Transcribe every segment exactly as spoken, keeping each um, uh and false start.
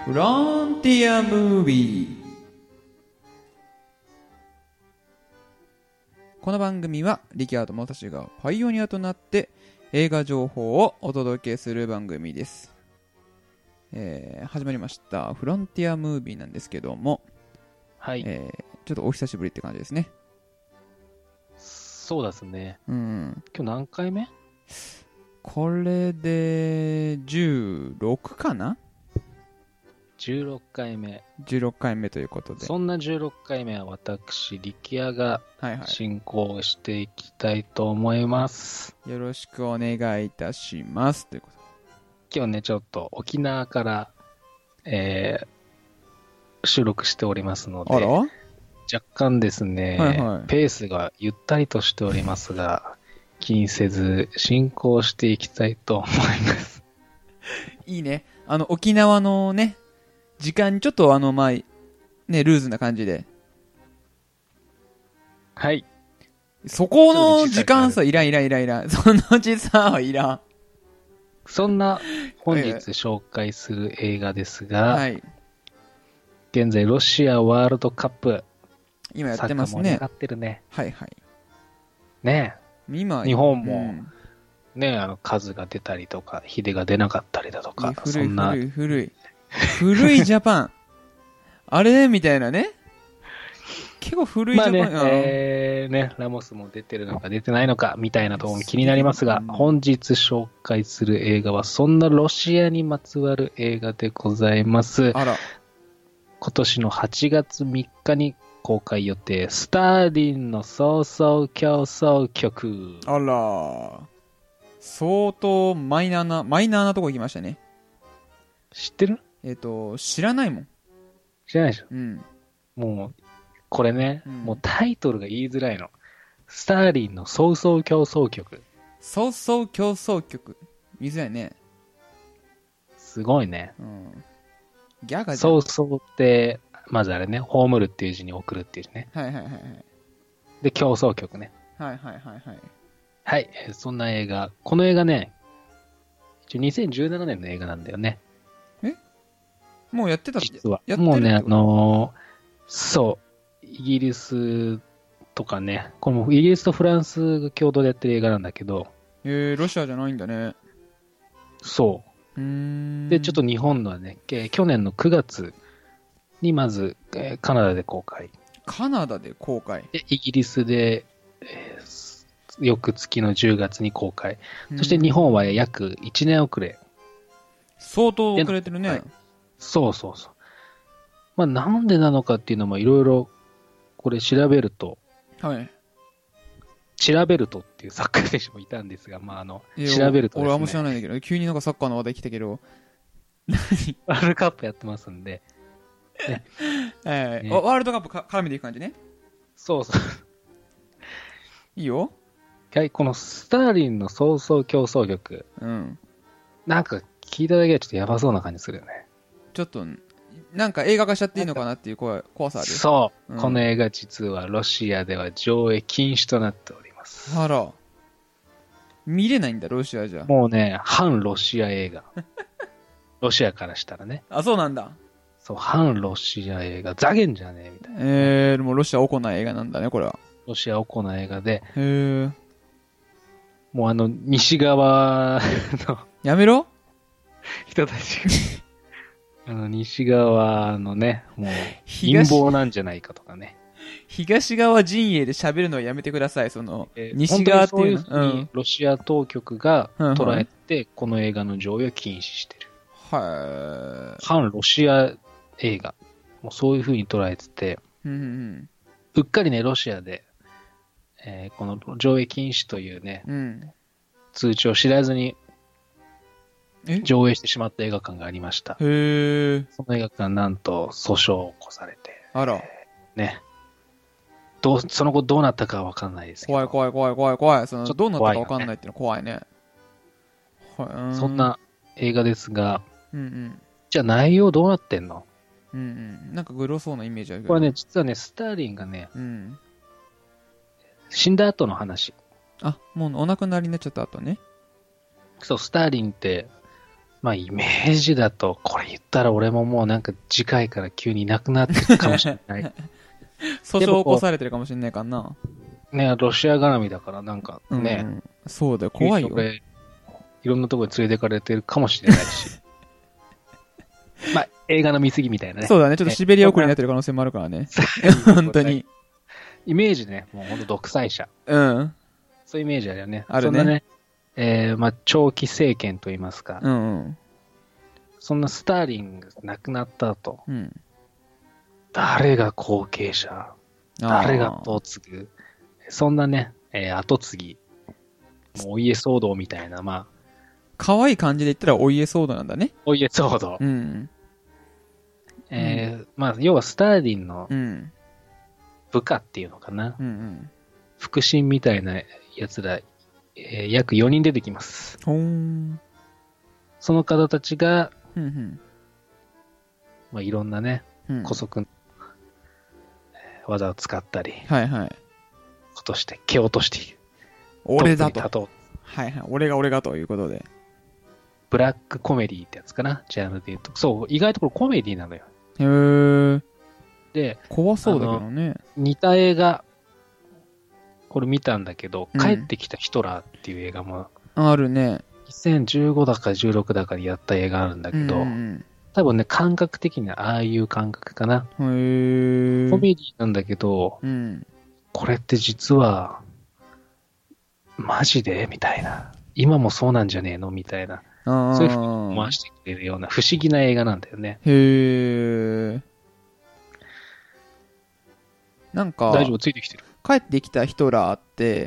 フロンティアムービー。この番組はリキャードも私がパイオニアとなって映画情報をお届けする番組です。えー、始まりましたフロンティアムービーなんですけども、 はい、 えー、ちょっとお久しぶりって感じですね。 そうですね。 うん。 今日何回目？ これでじゅうろくかな？ じゅうろっかいめ。 じゅうろっかいめということで。 そんなじゅうろっかいめは私、力也が進行していきたいと思います。 はいはい、よろしくお願いいたします。ということで。 今日ね、ちょっと沖縄から、えー、収録しておりますので、 あら？ 若干ですね、 はいはい、 ペースがゆったりとしておりますが、気にせず進行していきたいと思います。 いいね。あの、沖縄のね、時間にちょっとあの、まあ、ね、ルーズな感じで。 はい。 そこの時間差いらんいらんいらんいらん。その時差はいらん。 そんな本日紹介する映画ですが、はい、現在ロシアワールドカップ今やってますね。 サッカー盛り上がってるね。 はいはい。 ねえ。今日本も、うん、ねあの数が出たりとか、秀が出なかったりだとか、 古い古い古い古いジャパンあれみたいなね。結構古いジャパン。 まあね、えー、ね、ラモスも出てるのか出てないのかみたいなところも気になりますが、本日紹介する映画はそんなロシアにまつわる映画でございます。 あら。 今年のはちがつみっかに公開予定、スターリンの早々競争曲。 あら。相当マイナーな、マイナーなとこ行きましたね。 知ってる？ えっ、ー、と、知らないもん。 知らないでしょ？ うん。 もう、これね、 うん、 もうタイトルが言いづらいの。スターリンの早々競争曲。 早々競争曲。言いづらいね。 すごいね。 うん。ギャガじゃん。早々って、まずあれね、葬るっていう字に送るっていう字ね。 はいはいはいはい。 で、競争曲ね。 はいはいはいはい。 はい、そんな映画。この映画ね、一応にせんじゅうななねんの映画なんだよね。 え？もうやってたっけ？ 実は。 やってるってもうね、あのー、そう、イギリスとかね、このイギリスとフランスが共同でやってる映画なんだけど。 えー、ロシアじゃないんだね。 そう。 うーん。 で、ちょっと日本のはね、去年のくがつにまず、えー、カナダで公開。 カナダで公開。 で、イギリスで、えー、翌月のじゅうがつに公開。そして日本は約いちねん遅れ。 相当遅れてるね。はい、 そうそうそう。まあ、なんでなのかっていうのもいろいろ、これ調べると、 はい。 調べるとっていうサッカー選手もいたんですが、まあ、あの、調べるとですね。 俺はあんま知らないんだけど、急になんかサッカーの話題来たけど。 ワールドカップやってますんで。 ねえーね、ワールドカップか絡めていく感じね。 そうそう。 いいよ。 はい、このスターリンの早々競争曲。 うん。 なんか聞いただけでちょっとやばそうな感じするよね。 ちょっと、なんか映画化しちゃっていいのかなっていう怖怖さある。 そう、うん。この映画実はロシアでは上映禁止となっております。 あら。見れないんだ、ロシアじゃ。 もうね、反ロシア映画。ロシアからしたらね。 あ、そうなんだ。 そう、反ロシア映画。ざけんじゃねえみたいな、ね。 えー、でもロシアおこない映画なんだね、これは。 ロシアおこな映画で。 へー。 もうあの、西側のやめろ人たちが、あの、西側のね、もう、陰謀なんじゃないかとかね。 東側陣営で喋るのはやめてください、その、えー、西側っていうの。 そういうふうにロシア当局が捉えて、うん、この映画の上映を禁止してる。 はい。 反ロシア映画。もうそういうふうに捉えてて、 うんうんうん、 うっかりね、ロシアで、えー、この上映禁止というね、 うん、 通知を知らずに上映してしまった映画館がありました。 へー。 その映画館なんと訴訟を起こされて。 あら。 えー、ね。どう、その後どうなったかはわかんないですけど。 怖い怖い怖い怖い怖い。そのどうなったかわかんないっていうのは怖いね。 はい、そんな映画ですが、 うんうん、 じゃあ内容どうなってんの？ うんうん。なんかグロそうなイメージあるけど。 これね、実はね、スターリンがね、 うん、 死んだ後の話。 あ、もうお亡くなりになっちゃった後ね。 そう、スターリンって、 まあイメージだと、これ言ったら俺ももうなんか次回から急にいなくなってるかもしれない。 訴訟起こされてるかもしれないからな。 ね、ロシア絡みだからなんかね、 うん、そうだよ、怖いよ。 俺いろんなところに連れてかれてるかもしれないし。まあ映画の見過ぎみたいなね。 そうだね、ちょっとシベリア送りになってる可能性もあるからね。本当に。 イメージね、もう本当独裁者。 うん。 そういうイメージあるよね。 あるね。 そんなね、えー、まあ長期政権といいますか。 うんうん。 そんなスターリンが亡くなった後、 うん、 誰が後継者、誰が後継ぐ、そんなね、えー、後継ぎ、もうお家騒動みたいな、まあ。 可愛い感じで言ったらお家騒動なんだね。 お家騒動。 うん。 えー、うん、まあ、要はスターリンの部下っていうのかな。 うんうん、 腹心みたいなやつら、えー、約よにん出てきます。 ほーん。 その方たちが、 うんうん、 まあ、いろんなね、姑息の技を使ったり、 はいはい。 落として、蹴落としている。 俺だと。はいはい。俺が俺がということで。 ブラックコメディってやつかな、ジャンルで言うと。そう、意外とこれコメディなのよ。 へー。 で、 怖そうだけどね。 似た映画、これ見たんだけど、うん、帰ってきたヒトラーっていう映画も、 あるね。 にせんじゅうごだかじゅうろくだかにやった映画あるんだけど、うんうん、多分ね、感覚的にはああいう感覚かな。 へー。 コメディなんだけど、 うん、 これって実は、マジでみたいな。今もそうなんじゃねえのみたいな。そういうふうに思わせてくれるような不思議な映画なんだよね。 へー。なんか、 大丈夫、ついてきてる。 帰ってきたヒトラーって、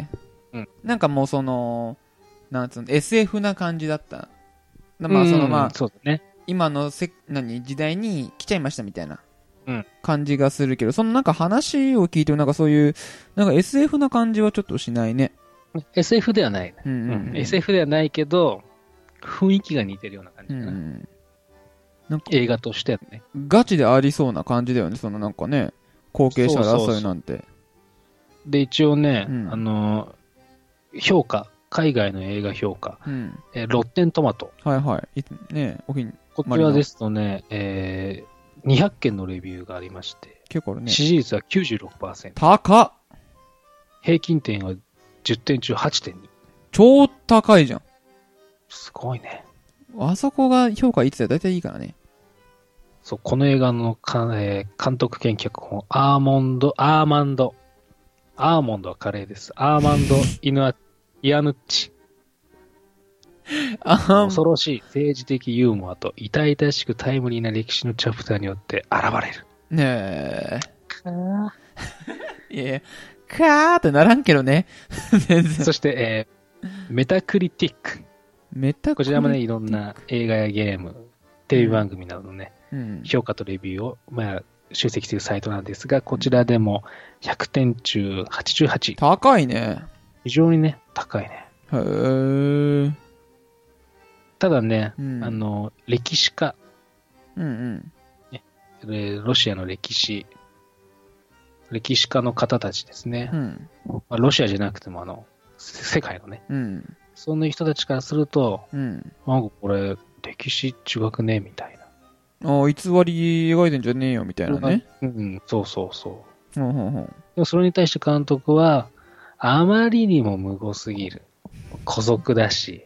うん、 なんかもうその、なんつうの、エスエフ な感じだった。まあそのまあ、 そうだね、 今のせ何時代に来ちゃいましたみたいなうん感じがするけど、そのなんか話を聞いてもなんかそういう、なんか エスエフ な感じはちょっとしないね。 エスエフ ではない、ね、 うんうんうん、 エスエフ ではないけど、雰囲気が似てるような感じかな。うん、なんか映画としてはね。 ガチでありそうな感じだよね、そのなんかね、後継者争いなんて。 そうそうそうで、一応ね、うん、あの、評価、海外の映画評価、うん、えロッテントマト。 はいはい。ね、おひんこちらですとね、えー、にひゃくけんのレビューがありまして、 結構あるね。 支持率は きゅうじゅうろくパーセント。 高っ！ 平均点はじゅってん中 はちてんに。 超高いじゃん。 すごいね。 あそこが評価いつだよ、だいたいいいからね。 そう、この映画のか、えー、監督兼脚本、アーモンド、アーマンド、アーモンドはカレーです。アーマンド・イヌア、イアヌッチ。恐ろしい政治的ユーモアと痛々しくタイムリーな歴史のチャプターによって現れる。 ねえ。かー。いやいや、かーってならんけどね。全然。そして、えー、メタクリティック。 メタクリティック。 こちらもね、いろんな映画やゲーム、テレビ番組などのね、うん、評価とレビューを、まあ、集積するサイトなんですが、こちらでもひゃくてん中はちじゅうはち。 高いね。 非常にね、高いね。 へー。 ただね、うん、あの、歴史家。 うんうんね。ロシアの歴史、歴史家の方たちですね。 うんまあ、ロシアじゃなくても、あの、世界のね。 うん、 そんな人たちからすると、 うん、 なんかこれ、歴史違くねみたいな。 ああ、偽り描いてんじゃねえよ、みたいなね。 うん、そうそうそう。 ほうほうほう。 でもそれに対して監督は、あまりにも無謀すぎる。姑息だし。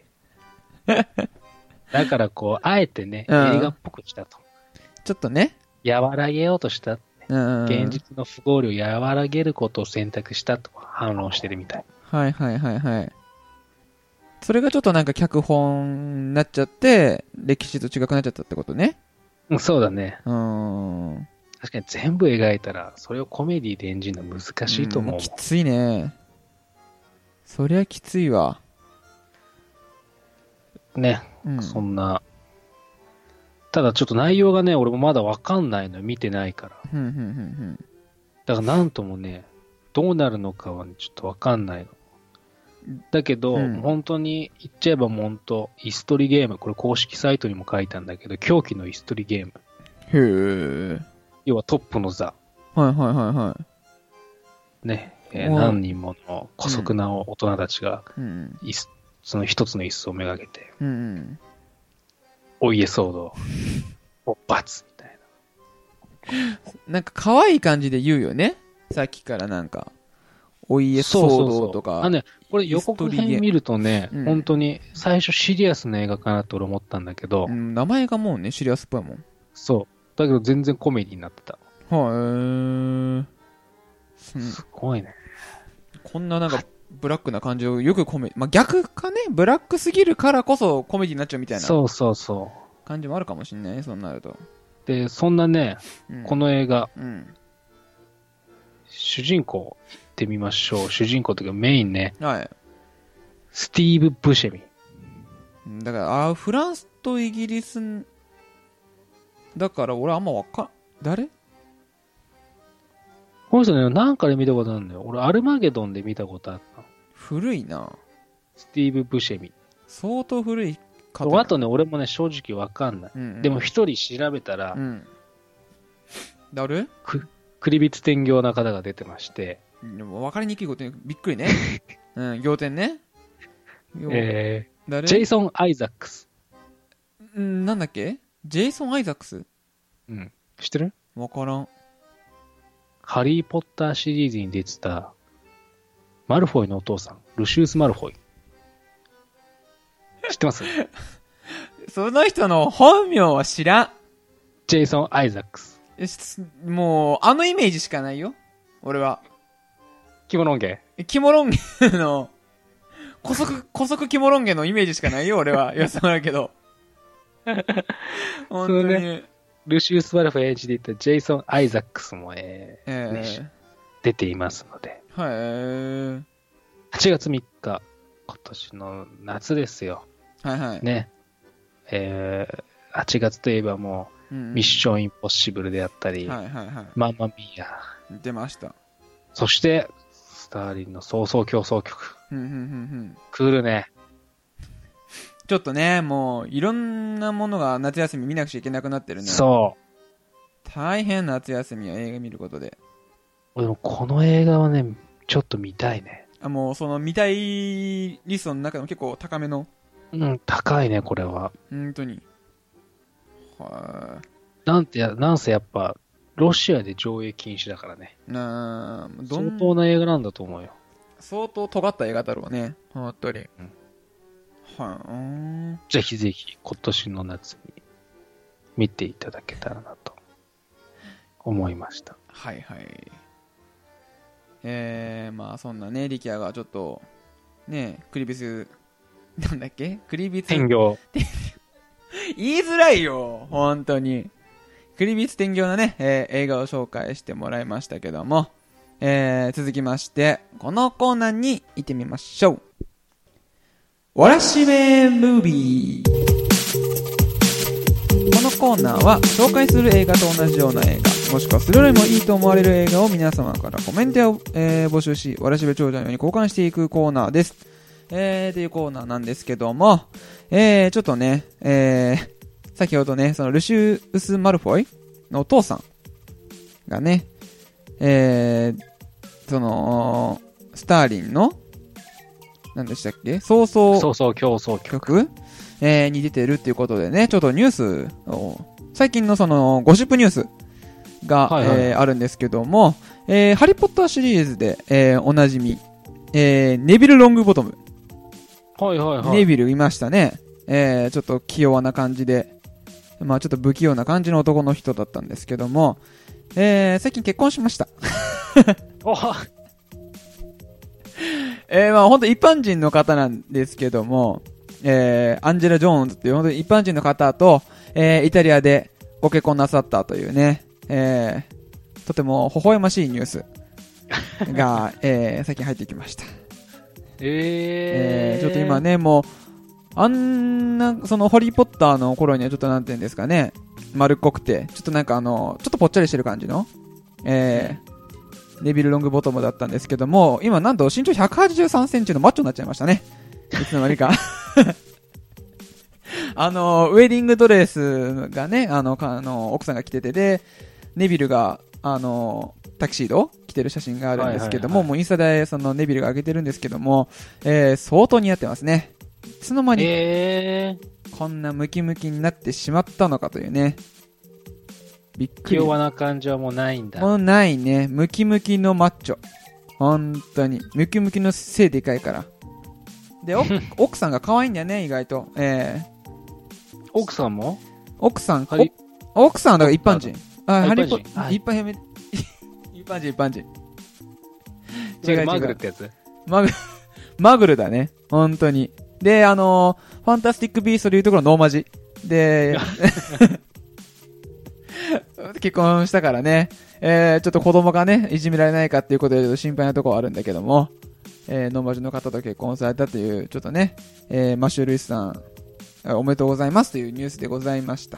だからこう、あえてね、うん、映画っぽくしたと。 ちょっとね。 和らげようとした。 うん、 現実の不合理を和らげることを選択したと反論してるみたい。 はいはいはいはい。それがちょっとなんか脚本になっちゃって、歴史と違くなっちゃったってことね。 うん、そうだね。 うん。 確かに全部描いたら、それをコメディで演じるのは難しいと思う。 うん、きついね。そりゃきついわ。 ね、うん、そんな。ただちょっと内容がね、俺もまだわかんないの、見てないから。 うんうんうんうん、 だからなんともね、どうなるのかは、ね、ちょっとわかんないの。だけど、うん、本当に言っちゃえば本当、イス取りゲーム、これ公式サイトにも書いたんだけど、狂気のイス取りゲーム。 へー。 要はトップの座。 はいはいはいはい。 ね、えー、何人もの姑息な大人たちが、うん、その一つの椅子をめがけて、 うんうん、 お家騒動。勃発みたいな。なんか可愛い感じで言うよね。さっきからなんか、お家騒動とか。そうそうそうあ、ね、これ予告編見るとね、うん、本当に最初シリアスな映画かなと俺思ったんだけど、 うん、名前がもうね、シリアスっぽいもん。 そう。だけど全然コメディになってた。 はーい。 すごいね。 こんななんか、ブラックな感じをよくコメディ、まあ、逆かね、ブラックすぎるからこそコメディになっちゃうみたいな。 そうそうそう。 感じもあるかもしんないね、そうなると。 で、そんなね、うん、この映画、 うん、 主人公行ってみましょう。主人公というかメインね。 はい。 スティーブ・ブシェミ。 だから、あ、フランスとイギリス、だから俺あんまわか、誰この人ね、なんかで見たことあるんだよ。俺、アルマゲドンで見たことあった。 古いな。 スティーブ・ブシェミ。 相当古い方。 あとね、俺もね、正直わかんない。うんうん、でも一人調べたら、うん、 誰くクリビツ天行な方が出てまして。 でも分かりにくいことにびっくりね。うん、仰天ね。 えー、誰ジェイソン・アイザックス。 んなんだっけジェイソン・アイザックス。 うん。知ってる？ わからん。 ハリー・ポッターシリーズに出てた、マルフォイのお父さん、ルシウス・マルフォイ。知ってますその人の本名は知らん。 ジェイソン・アイザックス。 もう、あのイメージしかないよ。俺は。 キモロンゲキモロンゲの、古速、古速キモロンゲのイメージしかないよ、俺は。言わせてもらうけど。本当に。ね、 ルシウス・マルフォイ演じていたジェイソン・アイザックスも、えーえーね、出ていますので。 はい。 はちがつみっか、今年の夏ですよ。 はいはい。 ね。えー、はちがつといえばもう、うんうん、ミッション・インポッシブルであったり、 はいはいはい、 マンマミーヤ。 出ました。 そして、スターリンの早々競争曲。 うんうんうんうん、 クールね。 ちょっとね、もう、いろんなものが夏休み見なくちゃいけなくなってるね。 そう。 大変夏休みは映画見ることで。 でもこの映画はね、ちょっと見たいね。 あ、もうその見たいリストの中でも結構高めの。 うん、高いね、これは。 本当に。はい。なんてや、なんせやっぱ、ロシアで上映禁止だからね。 なあ、 相当な映画なんだと思うよ。 相当尖った映画だろうね。本当に。うん、 はあ。ぜひぜひ今年の夏に見ていただけたらなと思いました。 はいはい。えー、まあそんなね、力也がちょっと、ね、クリビス、なんだっけクリビツ。 天行。 言いづらいよ、本当に。クリビツ天行のね、えー、映画を紹介してもらいましたけども、えー、続きまして、このコーナーに行ってみましょう。わらしべムービー。このコーナーは紹介する映画と同じような映画、もしくはそれよりもいいと思われる映画を皆様からコメントを、えー、募集し、わらしべ長者のように交換していくコーナーです。えー、というコーナーなんですけども、えー、ちょっとね、えー、先ほどね、そのルシウス・マルフォイのお父さんがね、えー、その、スターリンの、何でしたっけ早々、 早々競争曲、えー、に出てるっていうことでね、ちょっとニュースを、最近のその、ゴシップニュースが、はいはい、えー、あるんですけども、えー、ハリーポッターシリーズで、えー、おなじみ、えー、ネビル・ロングボトム。 はいはいはい。 ネビルいましたね。えー、ちょっと気弱な感じで、まあちょっと不器用な感じの男の人だったんですけども、えー、最近結婚しました。 おえー、まあ本当一般人の方なんですけども、えー、アンジェラ・ジョーンズっていう本当に一般人の方と、えー、イタリアでご結婚なさったというね、えー、とても微笑ましいニュースが、えー、最近入ってきました。 えー、 えー、ちょっと今ね、もう、あんな、その、ハリーポッターの頃にはちょっとなんていうんですかね、丸っこくて、ちょっとなんかあの、ちょっとぽっちゃりしてる感じの、えー、ネビル・ロングボトムだったんですけども、今なんと身長ひゃくはちじゅうさんセンチのマッチョになっちゃいましたね。いつの間にか。あの、ウェディングドレスがね、あの、あの奥さんが着ててで、ネビルが、あの、タキシード着てる写真があるんですけども、はいはいはい、もうインスタでそのネビルが上げてるんですけども、えー、相当似合ってますね。 つの間にえこんなムキムキになってしまったのかというね。びっくり。 気弱な感じはもうないんだ。 もうないね。ムキムキのマッチョ。本当に。ムキムキの背でかいから。で、奥さんが可愛いんだよね、意外と。えー、奥さんも奥さん、奥さんだから一般人。あ、ハリポ、 一般やめ、一般人、一般人。 違う違う。マグルってやつマグル、マグルだね。本当に。で、あのー、ファンタスティックビーストでいうところのノーマジ。で、結婚したからね、えー、ちょっと子供がね、いじめられないかっていうことで心配なところはあるんだけども、えー、ノーマジの方と結婚されたという、ちょっとね、えー、マシュー・ルイスさん、おめでとうございますというニュースでございました。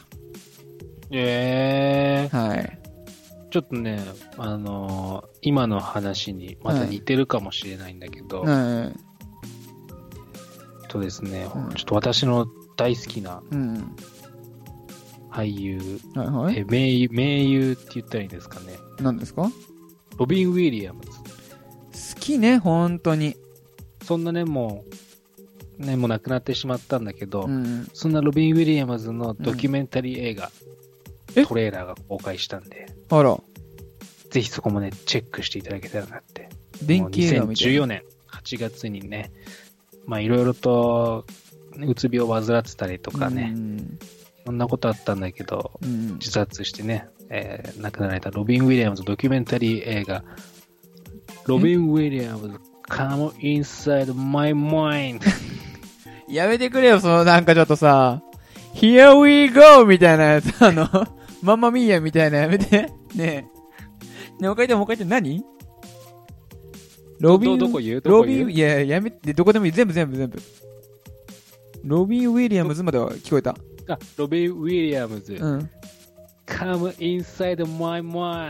えー。 はい。 ちょっとね、あのー、今の話にまた似てるかもしれないんだけど、はいはい、とですね、うん、ちょっと私の大好きな俳優、うんはいはい、え名優、名優って言ったらいいんですかね。 何ですか？ ロビン・ウィリアムズ。 好きね、本当に。 そんなね、もう、ね、もう亡くなってしまったんだけど、うん、そんなロビン・ウィリアムズのドキュメンタリー映画、うん、トレーラーが公開したんで、 あら。 ぜひそこもね、チェックしていただけたらなって。 電気映画みたいな。 にせんじゅうよねんはちがつにね、まあいろいろと、うつ病を患ってたりとかね、うん、そんなことあったんだけど、うん、自殺してね、えー、亡くなられたロビン・ウィリアムズドキュメンタリー映画、ロビン・ウィリアムズ Come Inside My Mind やめてくれよ、そのなんかちょっとさ、Here we go みたいなやつ、あの、マンマミーヤみたいなやめて。ねえ。ね、もう一回言って、もう一回言って何？ロビン、 どこ言うどこ言うロビン、いや、やめて、どこでもいい。全部全部全部。ロビン・ウィリアムズまでは聞こえた。 あ、ロビン・ウィリアムズ。うん。Come inside my mind.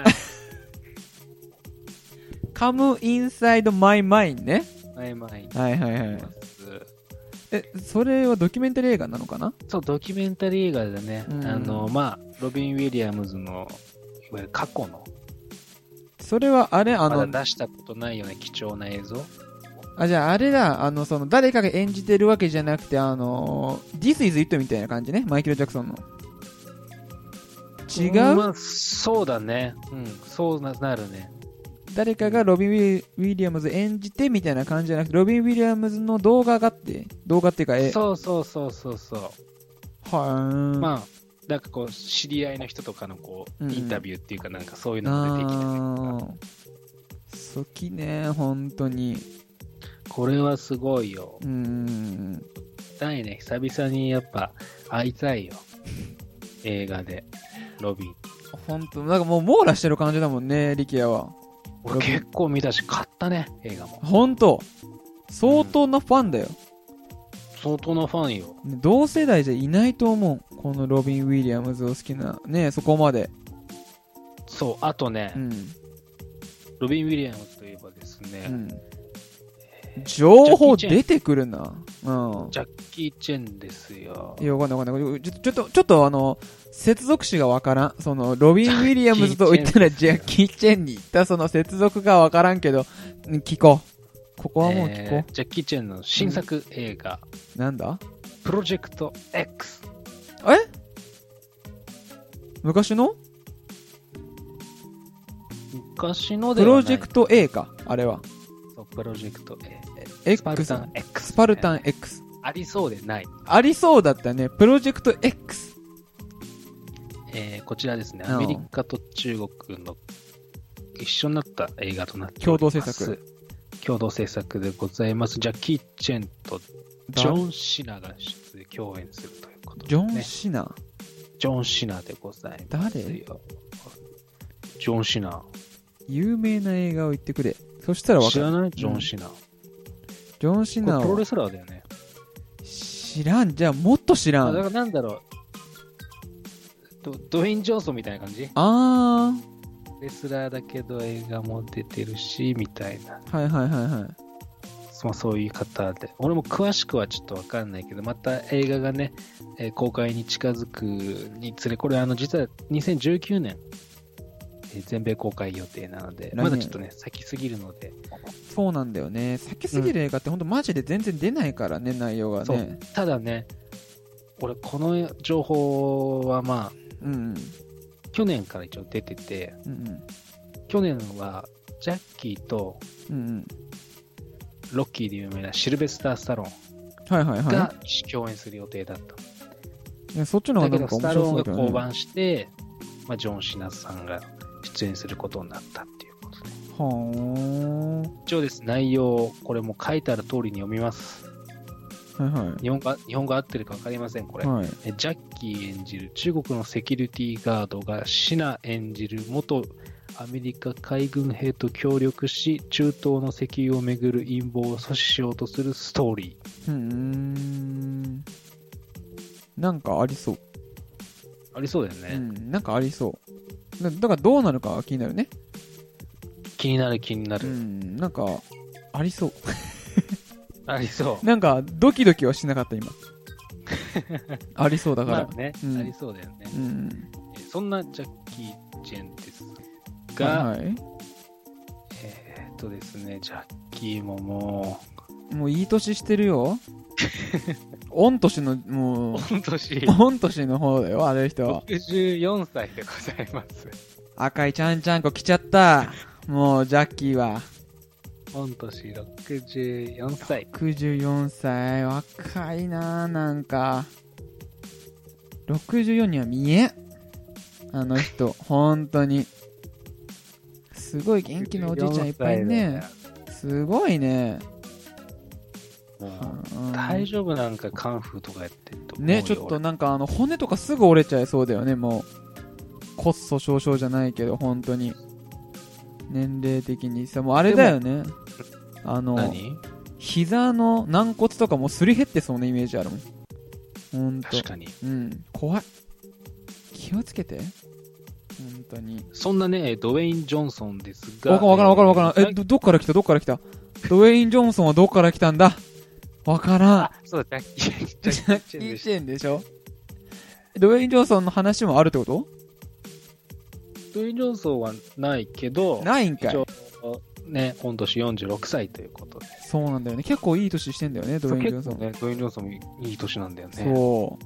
Come inside my mind ね。 my mind。 はいはいはい。え、それはドキュメンタリー映画なのかな？ そう、ドキュメンタリー映画だね。うん、あの、まあ、ロビン・ウィリアムズの、いわゆる過去の。 それはあれあの、 まだ出したことないような貴重な映像。 あ、じゃああれだ、あの、その、誰かが演じてるわけじゃなくて、あの、This is It みたいな感じね、マイケル・ジャクソンの。違う？ まあ、そうだね。うん、そうなるね。 誰かがロビン・ウィリアムズ演じてみたいな感じじゃなくて、ロビン・ウィリアムズの動画があって、動画っていうか、え、 そうそうそうそうそう。 はーん。 まあ、なんかこう、知り合いの人とかのこう、うん、インタビューっていうかなんかそういうのが出てきたりとか。 好きね、本当に。 これはすごいよ。うん。たいね、久々にやっぱ会いたいよ。映画で、ロビン。 本当なんかもう網羅してる感じだもんね、力也は。 俺結構見たし、買ったね、映画も。 本当相当なファンだよ。うん相当なファンよ。 同世代じゃいないと思う。このロビン・ウィリアムズを好きな。ねそこまで。 そう、あとね、うん、ロビン・ウィリアムズといえばですね、うん、 情報出てくるな。うん。 ジャッキー・チェンですよ。 いや、わかんないわかんない。ちょっと、ちょっと、ちょっとあの、接続詞がわからん。その、ロビン・ウィリアムズと言ったらジャッキー・チェンに行ったその接続がわからんけど、聞こう。ここはもう聞こう、 えー、ジャッキー・チェンの新作映画、 うん、なんだプロジェクト X。 え昔の昔のではない。 プロジェクト A かあれは。 そうプロジェクト A。 スパルタン X。 スパルタン X。 ありそうでない。 ありそうだったね。プロジェクト X。 えー、こちらですね、アメリカと中国の一緒になった映画となっております。 共同制作。 共同制作でございます。ジャッキー・チェンとジョン・シナが出演共演するということですね。 ジョン・シナジョン・シナでございます。 誰？ ジョン・シナ。 有名な映画を言ってくれ。そしたら分かる。 知らない？ジョン・シナ。うん、 ジョン・シナはプロレスラーだよね。 知らん。じゃあもっと知らん。 だからなんだろう。ド, ドウェイン・ジョンソンみたいな感じ？ あー。 レスラーだけど映画も出てるしみたいな。 はいはいはいはい。 まあ、そういう方で、俺も詳しくはちょっとわかんないけど、また映画がね、えー、公開に近づくにつれ、これあの実はにせんじゅうきゅうねん、えー、全米公開予定なので、まだちょっとね先すぎるので、 そうなんだよね。避けすぎる映画って本当マジで全然出ないからね、内容がね。 そう。ただね、俺この情報はまあ、 うんうん、 去年から一応出てて、うんうん、去年はジャッキーと、うんうん、ロッキーで有名なシルベスター・スタローンが共演する予定だった。 いやそっちの方がなんか面白そうだけど、ね、 スタローンが降板して、まあ、ジョン・シナさんが出演することになったっていうことで。はー。一応です、内容、これも書いてある通りに読みます。はいはい、日本語日本語合ってるか分かりません、これ、はい、ジャッキー演じる中国のセキュリティガードがシナ演じる元アメリカ海軍兵と協力し、中東の石油をめぐる陰謀を阻止しようとするストーリー。うーん、 なんかありそう。 ありそうだよね。 うん、なんかありそう。だ, だからどうなるか気になるね。 気になる気になる。 うん、なんかありそう。 ありそう。 なんかドキドキはしなかった今。ありそうだから。 まあね、うん、ありそうだよね。うん、そんなジャッキー・チェンですが、はいはい、えー、っとですね、ジャッキーももうもういい年してるよ。御年のもう御年御年の方だよ、あれ人は。 ろくじゅうよんさいでございます。 赤いちゃんちゃんこ来ちゃった。もうジャッキーは。 御年ろくじゅうよんさい。 ろくじゅうよんさい、若いな、なんか。ろくじゅうよんには見えん。あの人、本当に。すごい元気なおじいちゃんいっぱいね。すごいね。 うん、大丈夫なんかカンフーとかやってるとね、ちょっとなんかあの骨とかすぐ折れちゃいそうだよね、もう。骨粗鬆症じゃないけど、本当に。年齢的にさ、もうあれだよね。あの、 何？ 膝の軟骨とかもすり減ってそうなイメージあるもん。ほんと。 確かに。 うん。怖い。気をつけて。本当に。 そんなね、ドウェイン・ジョンソンですが。 わかんわからんわからんわからん。え、ど、どっから来たどっから来たドウェイン・ジョンソンはどっから来たんだわからん。 あ、そうだ、ジャッキー・ジャッキー・チェンでしょ。ドウェイン・ジョンソンの話もあるってこと？ ドウェイン・ジョンソンはないけど、 ないんかい。 ね、御年よんじゅうろくさいということで。 そうなんだよね。結構いい年してんだよね、ドウェイン・ジョンソン。 ね、ドウェイン・ジョンソンもいい年なんだよね。 そう。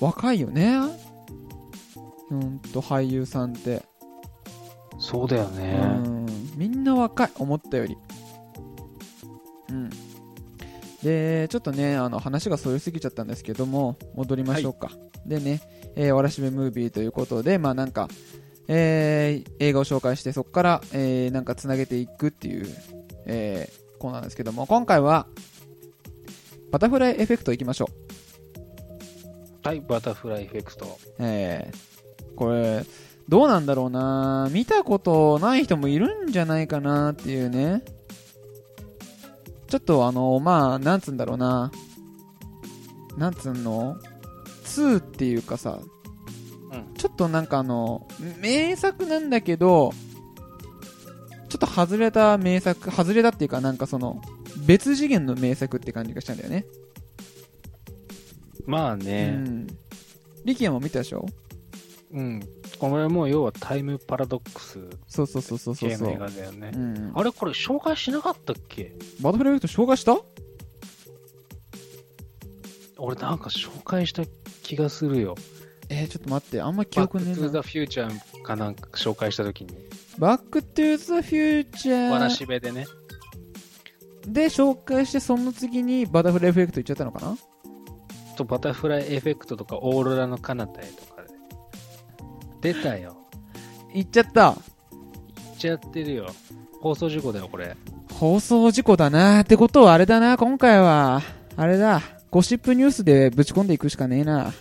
若いよね。ほんと、俳優さんって。 そうだよね。 うん。みんな若い、思ったより。うん。で、ちょっとね、あの、話がそれすぎちゃったんですけども、戻りましょうか。はい、でね、えー、わらしべムービーということで、まあなんか、えー、映画を紹介して、そこから、えー、なんかつなげていくっていう、えー、コーナーなんですけども、今回は、バタフライエフェクトいきましょう。はい、バタフライエフェクト。 えー、これ、どうなんだろうな、見たことない人もいるんじゃないかなっていうね。ちょっとあの、まあ、なんつうんだろうな。なんつうんの ?ツー っていうかさ、うん、ちょっとなんかあの、名作なんだけど、ちょっと外れた名作、外れたっていうかなんかその、別次元の名作って感じがしたんだよね。 まあね。 うん。リキヤも見たでしょ？ うん。これも要はタイムパラドックスそうそうそうそうそう系の映画だよね、うん、あれこれ紹介しなかったっけ？ バタフライエフェクト紹介した？ 俺なんか紹介した気がするよ。 えー、ちょっと待って、あんま記憶ねえな。 バックトゥザフューチャーかなんか紹介したときにバックトゥザフューチャーわらしべでねで紹介して、その次にバタフライエフェクト言っちゃったのかなと。バタフライエフェクトとかオーロラの彼方へとか出たよ。 言っちゃった。 言っちゃってるよ。放送事故だよ、これ。 放送事故だなーってことはあれだな、今回は。あれだ。ゴシップニュースでぶち込んでいくしかねえな。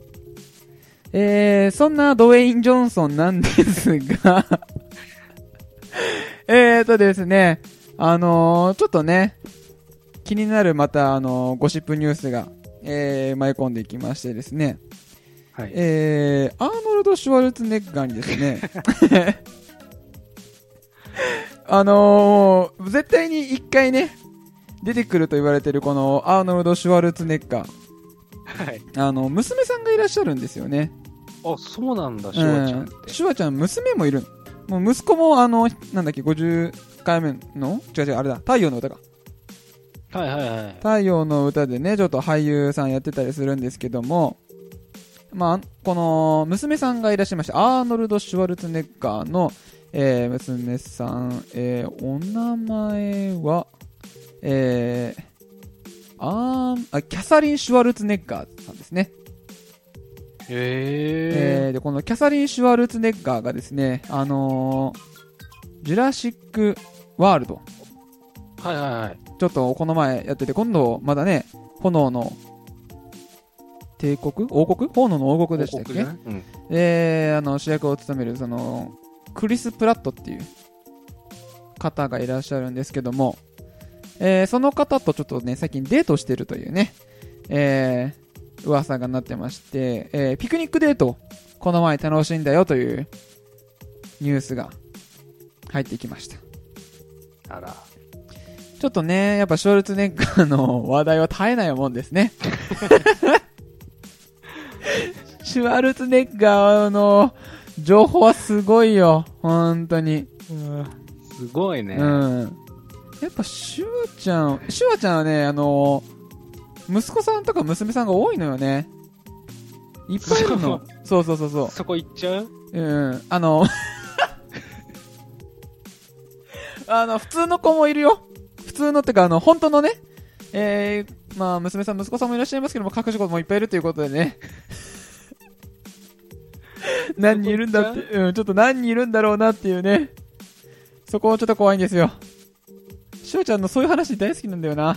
えー、そんなドウェイン・ジョンソンなんですが、えーとですね、あのー、ちょっとね、気になるまた、あのー、ゴシップニュースが、えー、舞い込んでいきましてですね、はい、えー、アーノルド・シュワルツェネッガーにですねあのー、絶対に一回ね出てくると言われてるこのアーノルド・シュワルツェネッガー、はい、あの娘さんがいらっしゃるんですよね。 あ、そうなんだ。シュワちゃんって、 うん、シュワちゃん娘もいる。もう息子もあのなんだっけごじゅうかいめの違う違うあれだ太陽の歌かはいはいはい。 太陽の歌でねちょっと俳優さんやってたりするんですけども、まあこの娘さんがいらっしゃいましたアーノルド・シュワルツェネッガーの、えー、娘さん、えー、お名前はえー、あーあキャサリン・シュワルツェネッガーさんですね。 へえー、でこのキャサリン・シュワルツェネッガーがですね、あのー、ジュラシック・ワールド、 はいはいはい。 ちょっとこの前やってて、今度まだね、炎の帝国王国炎の王国でしたっけ、 ねうん、 で、あの主役を務めるそのクリス・プラットっていう方がいらっしゃるんですけども、えー、その方とちょっとね、最近デートしてるというね、えー噂がなってまして、えー、ピクニックデートこの前楽しんだよというニュースが入ってきました。 あらちょっとねやっぱショルツェネッガーの話題は絶えないもんですねシュワルツェネッガーの情報はすごいよ本当に、 うん、すごいね、 うん、やっぱシュワちゃんシュワちゃんはねあのー息子さんとか娘さんが多いのよね。いっぱいいるの。そうそうそうそう。 そこ行っちゃう？ うん。あの、あの、普通の子もいるよ。普通のってか、あの、本当のね、えー、まあ、娘さん、息子さんもいらっしゃいますけども、隠し子もいっぱいいるということでね。何人いるんだって、うん、ちょっと何人いるんだろうなっていうね。そこはちょっと怖いんですよ。しおちゃんのそういう話大好きなんだよな。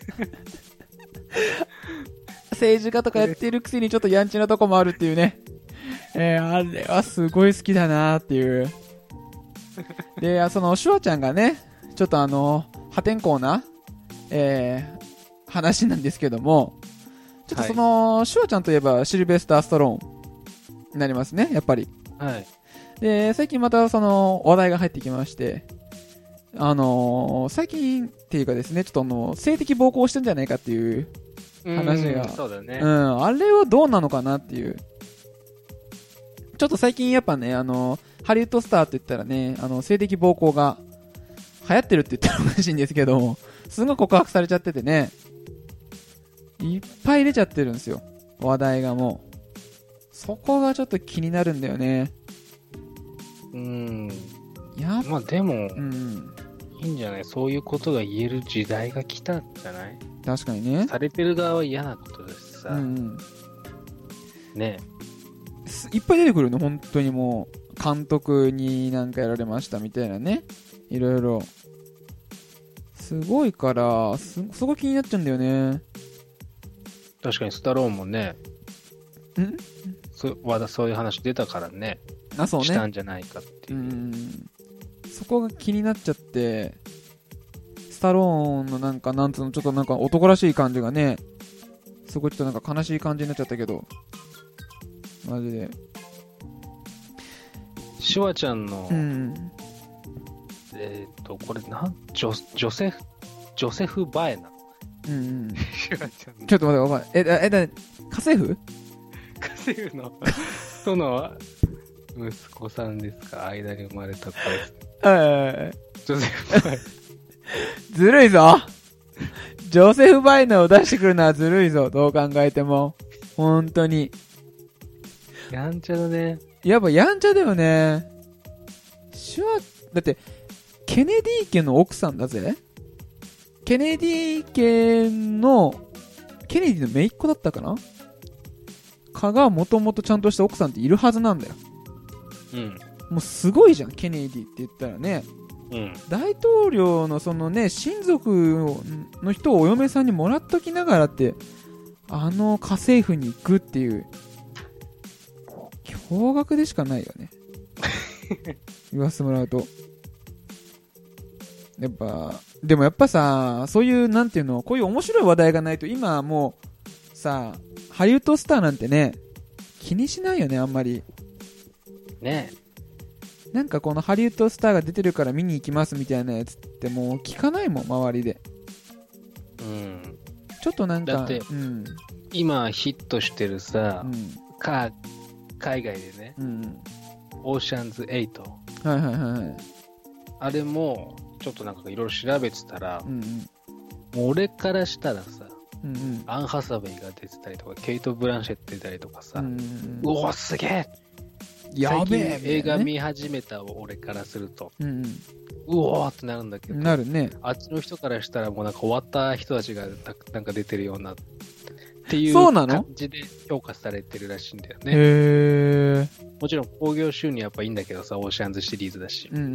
政治家とかやってるくせにちょっとやんちなとこもあるっていうね、えー、あれはすごい好きだなっていうで、そのシュワちゃんがねちょっとあの破天荒な、えー、話なんですけども、ちょっとその、はい、シュワちゃんといえばシルベスター・ストローンになりますねやっぱり。 はい。 で最近またその話題が入ってきまして、あのー、最近っていうかですねちょっとあの性的暴行をしてんじゃないかっていう話が、 そうだね、 うん、あれはどうなのかなっていう。ちょっと最近やっぱね、あのハリウッドスターって言ったらね、あの性的暴行が流行ってるって言ったらおかしいんですけども、すごい告白されちゃっててね、いっぱい出ちゃってるんですよ、話題がもう。そこがちょっと気になるんだよね。 うーん。 いや、 まあでも、 うん、 いいんじゃない？そういうことが言える時代が来たんじゃない？ 確かにね。 されてる側は嫌なことですさ。うん、 ねいっぱい出てくるの本当にもう監督になんかやられましたみたいなね、いろいろすごいからすそこ気になっちゃうんだよね。 確かにスタローンもね、 んそまだそういう話出たからね。 あ、そうね。 したんじゃないかっていう。 うん。そこが気になっちゃって、スタローンのなんかなんつうのちょっとなんか男らしい感じがね、すごいちょっとなんか悲しい感じになっちゃったけど、マジで。 シュワちゃんの、 うん、 えっ、ー、とこれなんジョジョセフジョセフバエナ。 うんうん。 シュワちゃんのちょっと待って、お前、え、え、え、だ、家政婦？ 家政婦のとの息子さんですか？間に生まれた子です。 はい。 ジョセフバエナ。 ずるいぞ。ジョセフバイナーを出してくるのはずるいぞ。どう考えても。本当に。 やんちゃだね。 やっぱやんちゃだよね。シュワ、だって、ケネディ家の奥さんだぜ。ケネディ家の、ケネディの姪っ子だったかなかがもともとちゃんとした奥さんっているはずなんだよ。 うん。 もうすごいじゃん、ケネディって言ったらね。 うん、 大統領のそのね、親族の人をお嫁さんにもらっときながらって、あの家政婦に行くっていう、驚愕でしかないよね。言わせてもらうと。やっぱ、でもやっぱさ、そういうなんていうの、こういう面白い話題がないと今もうさ、ハリウッドスターなんてね、気にしないよね、あんまり。 ねえ。 なんかこのハリウッドスターが出てるから見に行きますみたいなやつってもう聞かないもん、周りで。 うん。 ちょっとなんか、 だって、うん、今ヒットしてるさ、うん、か海外でね、うん、オーシャンズエイト。 はいはいはい。 あれも、 ちょっとなんかいろいろ調べてたら、 うんうん。 もう俺からしたらさ、 うんうん。 アン・ハサウェイが出てたりとか、ケイト・ブランシェット出たりとかさ、 ううんうんおーすげえやべえ最近映画ね見始めた俺からすると、 うんうおーってなるんだけうん。 ど、 なるね。 あっちの人からしたらもうなんか終わった人たちがたなんか出てるようなっていうそうなの感じで評価されてるらしいんだよね。 へえ。 もちろん興行収入やっぱいいんだけどさ、オーシャンズシリーズだし。 うんうんうん。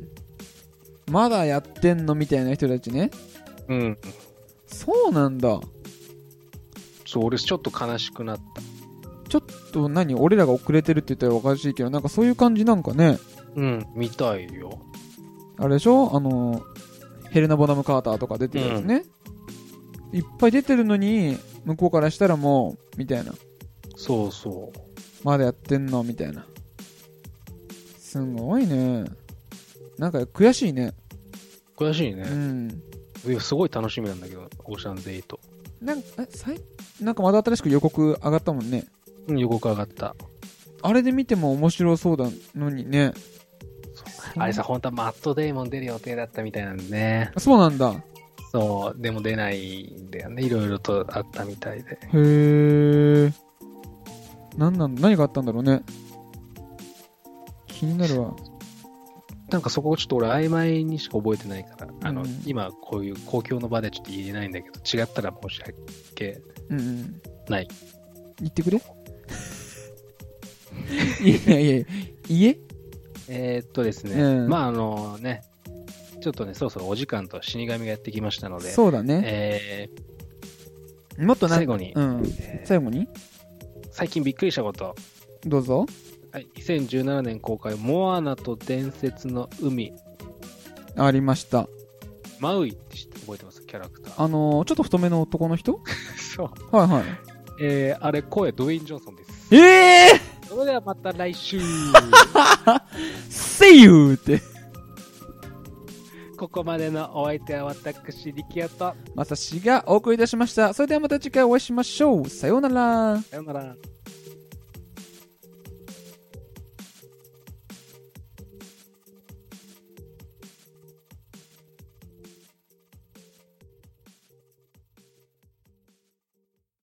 まだやってんのみたいな人たちね。 うん。 そうなんだ。 そう、俺ちょっと悲しくなった。 ちょっと何俺らが遅れてるって言ったらおかしいけど、なんかそういう感じなんかね。 うん、見たいよ。 あれでしょあの、ヘレナ・ボナム・カーターとか出てるやつね。いっぱい出てるのに、向こうからしたらもう、みたいな。 そうそう。 まだやってんのみたいな。すごいね。なんか悔しいね。 悔しいうね。 ん。 いやすごい楽しみなんだけど、オーシャンズエイト。 なんか、え、さいなんかまだ新しく予告上がったもんね。 うん、予告上がった。 あれで見ても面白そうだのにね。 あれさ、本当はマット・デイモン出る予定だったみたいなんでね。 そうなんだ。 そう、でも出ないんだよね。いろいろとあったみたいで。 へー。なんなん何があったんだろうね。気になるわ。 なんかそこちょっと俺曖昧にしか覚えてないから、あの、 うん今こういう公共の場でちょっと言えないんだけど、違ったら申し訳うんうん。 ない。 言ってくれいやいや、家えー、っとですね、 うんまああのね、ちょっとね、そろそろお時間と死神がやってきましたので、 そうだね。 えもっとなんー最後に、 うん。 えー最後に最近びっくりしたこと、 どうぞ。 はい、にせんじゅうななねん公開、モアナと伝説の海、 ありました。 マウイって知って覚えてますキャラクター。 あのー、ちょっと太めの男の人そう。 はいはい。 えー、あれ、声、ドウェイン・ジョンソンです。 ええそれではまた来週ー !See you! って。 ここまでのお相手は私、力也と、 まさしがお送りいたしました。それではまた次回お会いしましょう。さようなら。 さようなら。